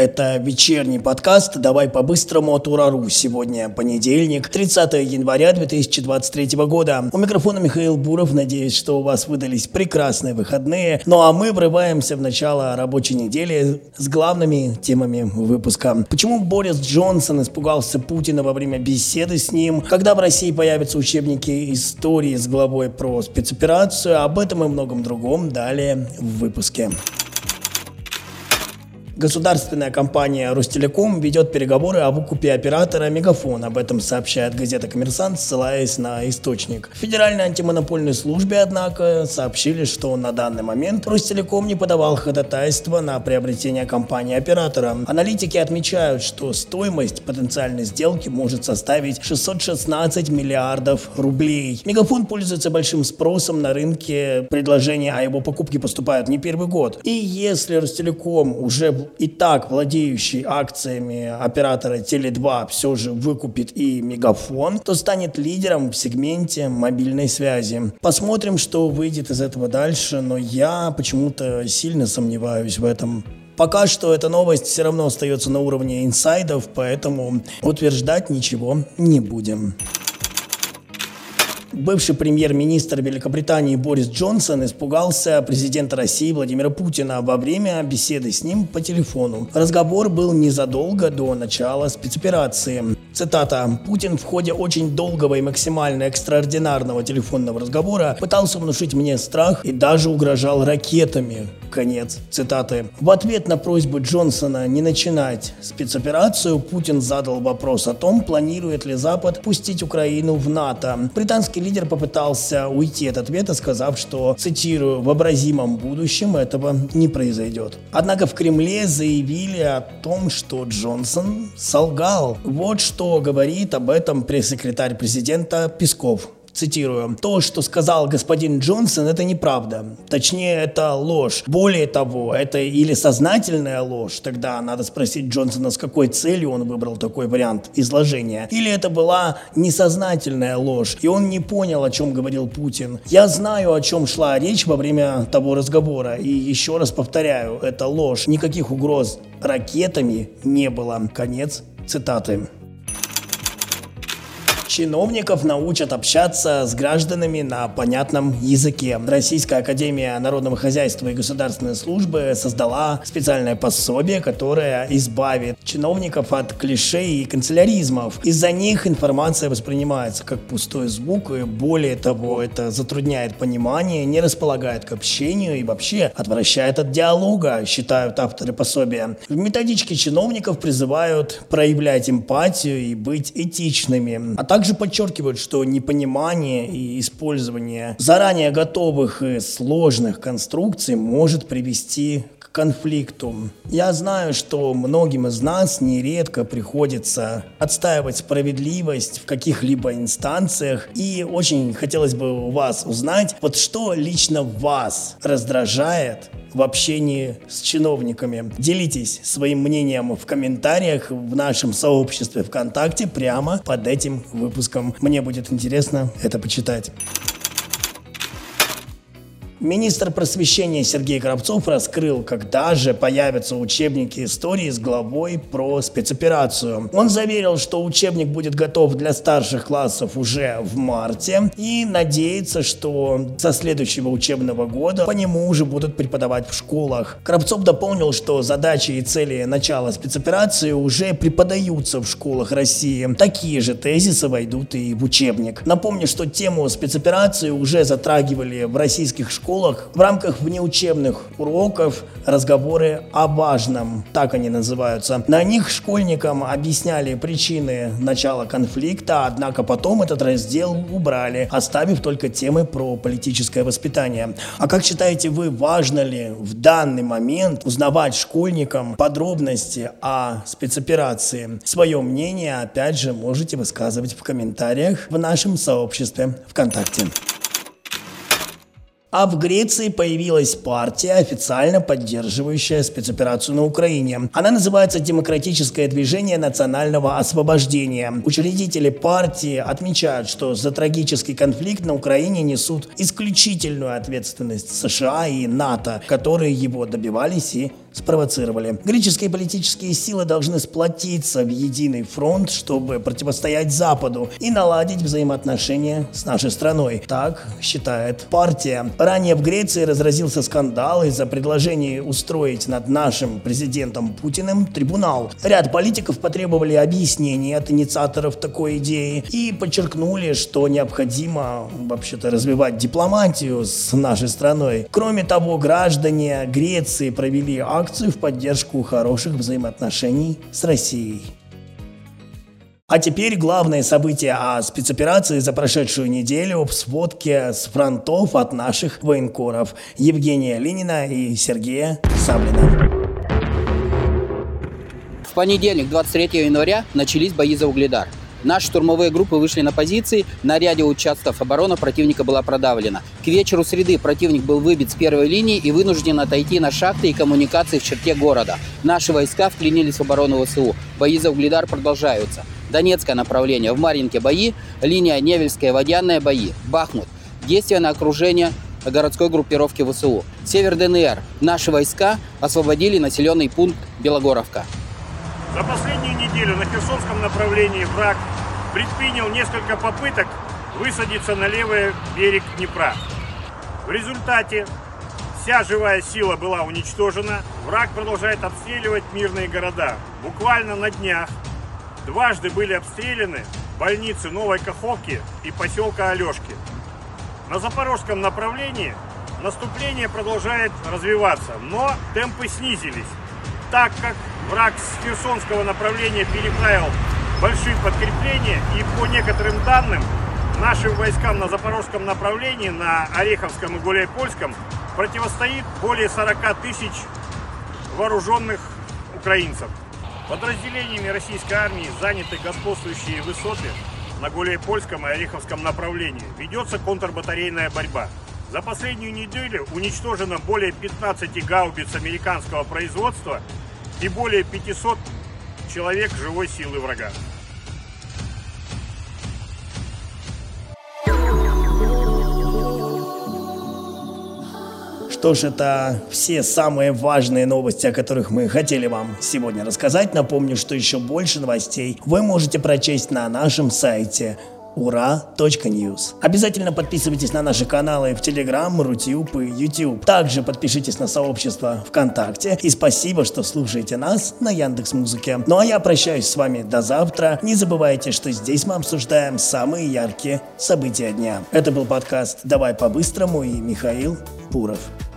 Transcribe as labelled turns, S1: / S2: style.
S1: Это вечерний подкаст «Давай по-быстрому» от Ура.ру. Сегодня понедельник, 30 января 2023 года. У микрофона Михаил Буров. Надеюсь, что у вас выдались прекрасные выходные. Ну а мы врываемся в начало рабочей недели с главными темами выпуска. Почему Борис Джонсон испугался Путина во время беседы с ним? Когда в России появятся учебники истории с главой про спецоперацию? Об этом и многом другом далее в выпуске. Государственная компания Ростелеком ведет переговоры о выкупе оператора Мегафон. Об этом сообщает газета «Коммерсант», ссылаясь на источник. В Федеральной антимонопольной службе, однако, сообщили, что на данный момент Ростелеком не подавал ходатайство на приобретение компании-оператора. Аналитики отмечают, что стоимость потенциальной сделки может составить 616 миллиардов рублей. Мегафон пользуется большим спросом на рынке. Предложения о его покупке поступают не первый год. И если Ростелеком, уже и так владеющий акциями оператора Теле2, все же выкупит и Мегафон, то станет лидером в сегменте мобильной связи. Посмотрим, что выйдет из этого дальше, но я почему-то сильно сомневаюсь в этом. Пока что эта новость все равно остается на уровне инсайдов, поэтому утверждать ничего не будем. Бывший премьер-министр Великобритании Борис Джонсон испугался президента России Владимира Путина во время беседы с ним по телефону. Разговор был незадолго до начала спецоперации. Цитата: «Путин в ходе очень долгого и максимально экстраординарного телефонного разговора пытался внушить мне страх и даже угрожал ракетами». Конец цитаты. В ответ на просьбу Джонсона не начинать спецоперацию, Путин задал вопрос о том, планирует ли Запад пустить Украину в НАТО. Британский лидер попытался уйти от ответа, сказав, что, цитирую, «в вообразимом будущем этого не произойдет». Однако в Кремле заявили о том, что Джонсон солгал. Вот что говорит об этом пресс-секретарь президента Песков. Цитирую: «То, что сказал господин Джонсон, это неправда. Точнее, это ложь. Более того, это или сознательная ложь, тогда надо спросить Джонсона, с какой целью он выбрал такой вариант изложения, или это была несознательная ложь, и он не понял, о чем говорил Путин. Я знаю, о чем шла речь во время того разговора, и еще раз повторяю, это ложь. Никаких угроз ракетами не было». Конец цитаты. Чиновников научат общаться с гражданами на понятном языке. Российская академия народного хозяйства и государственной службы создала специальное пособие, которое избавит чиновников от клише и канцеляризмов. Из-за них информация воспринимается как пустой звук, и более того, это затрудняет понимание, не располагает к общению и вообще отвращает от диалога, считают авторы пособия. В методичке чиновников призывают проявлять эмпатию и быть этичными, а также подчеркивают, что непонимание и использование заранее готовых и сложных конструкций может привести к конфликту. Я знаю, что многим из нас нередко приходится отстаивать справедливость в каких-либо инстанциях, и очень хотелось бы у вас узнать, вот что лично вас раздражает в общении с чиновниками. Делитесь своим мнением в комментариях в нашем сообществе ВКонтакте прямо под этим выпуском. Мне будет интересно это почитать. Министр просвещения Сергей Горобцов раскрыл, когда же появятся учебники истории с главой про спецоперацию. Он заверил, что учебник будет готов для старших классов уже в марте и надеется, что со следующего учебного года по нему уже будут преподавать в школах. Горобцов дополнил, что задачи и цели начала спецоперации уже преподаются в школах России. Такие же тезисы войдут и в учебник. Напомню, что тему спецоперации уже затрагивали в российских школах в рамках внеучебных уроков разговоры о важном, так они называются. На них школьникам объясняли причины начала конфликта, однако потом этот раздел убрали, оставив только темы про политическое воспитание. А как считаете вы, важно ли в данный момент узнавать школьникам подробности о спецоперации? Свое мнение, опять же, можете высказывать в комментариях в нашем сообществе ВКонтакте. А в Греции появилась партия, официально поддерживающая спецоперацию на Украине. Она называется «Демократическое движение национального освобождения». Учредители партии отмечают, что за трагический конфликт на Украине несут исключительную ответственность США и НАТО, которые его добивались и спровоцировали. Греческие политические силы должны сплотиться в единый фронт, чтобы противостоять Западу и наладить взаимоотношения с нашей страной. Так считает партия. Ранее в Греции разразился скандал из-за предложения устроить над нашим президентом Путиным трибунал. Ряд политиков потребовали объяснений от инициаторов такой идеи и подчеркнули, что необходимо вообще-то развивать дипломатию с нашей страной. Кроме того, граждане Греции провели акцию в поддержку хороших взаимоотношений с Россией. А теперь главное событие о спецоперации за прошедшую неделю в сводке с фронтов от наших военкоров Евгения Ленина и Сергея Саблина.
S2: В понедельник, 23 января, начались бои за Угледар. Наши штурмовые группы вышли на позиции, на ряде участков обороны противника была продавлена. К вечеру среды противник был выбит с первой линии и вынужден отойти на шахты и коммуникации в черте города. Наши войска вклинились в оборону ВСУ. Бои за Угледар продолжаются. Донецкое направление. В Марьинке бои, линия Невельская, Водяная бои. Бахмут. Действия на окружение городской группировки ВСУ. Север ДНР. Наши войска освободили населенный пункт Белогоровка.
S3: За последнюю неделю на Херсонском направлении враг предпринял несколько попыток высадиться на левый берег Днепра. В результате вся живая сила была уничтожена. Враг продолжает обстреливать мирные города. Буквально на днях дважды были обстреляны больницы Новой Каховки и поселка Алешки. На запорожском направлении наступление продолжает развиваться, но темпы снизились, так как враг с Херсонского направления переправил большие подкрепления, и по некоторым данным нашим войскам на запорожском направлении, на Ореховском и Гуляйпольском противостоит более 40 тысяч вооруженных украинцев. Подразделениями российской армии заняты господствующие высоты на Гуляйпольском и Ореховском направлении. Ведется контрбатарейная борьба. За последнюю неделю уничтожено более 15 гаубиц американского производства и более 500 человек живой силы врага.
S1: Что ж, это все самые важные новости, о которых мы хотели вам сегодня рассказать. Напомню, что еще больше новостей вы можете прочесть на нашем сайте ura.news. Обязательно подписывайтесь на наши каналы в Telegram, Рутюб и YouTube. Также подпишитесь на сообщество ВКонтакте. И спасибо, что слушаете нас на Яндекс.Музыке. Ну а я прощаюсь с вами до завтра. Не забывайте, что здесь мы обсуждаем самые яркие события дня. Это был подкаст «Давай по-быстрому» и Михаил Пуров.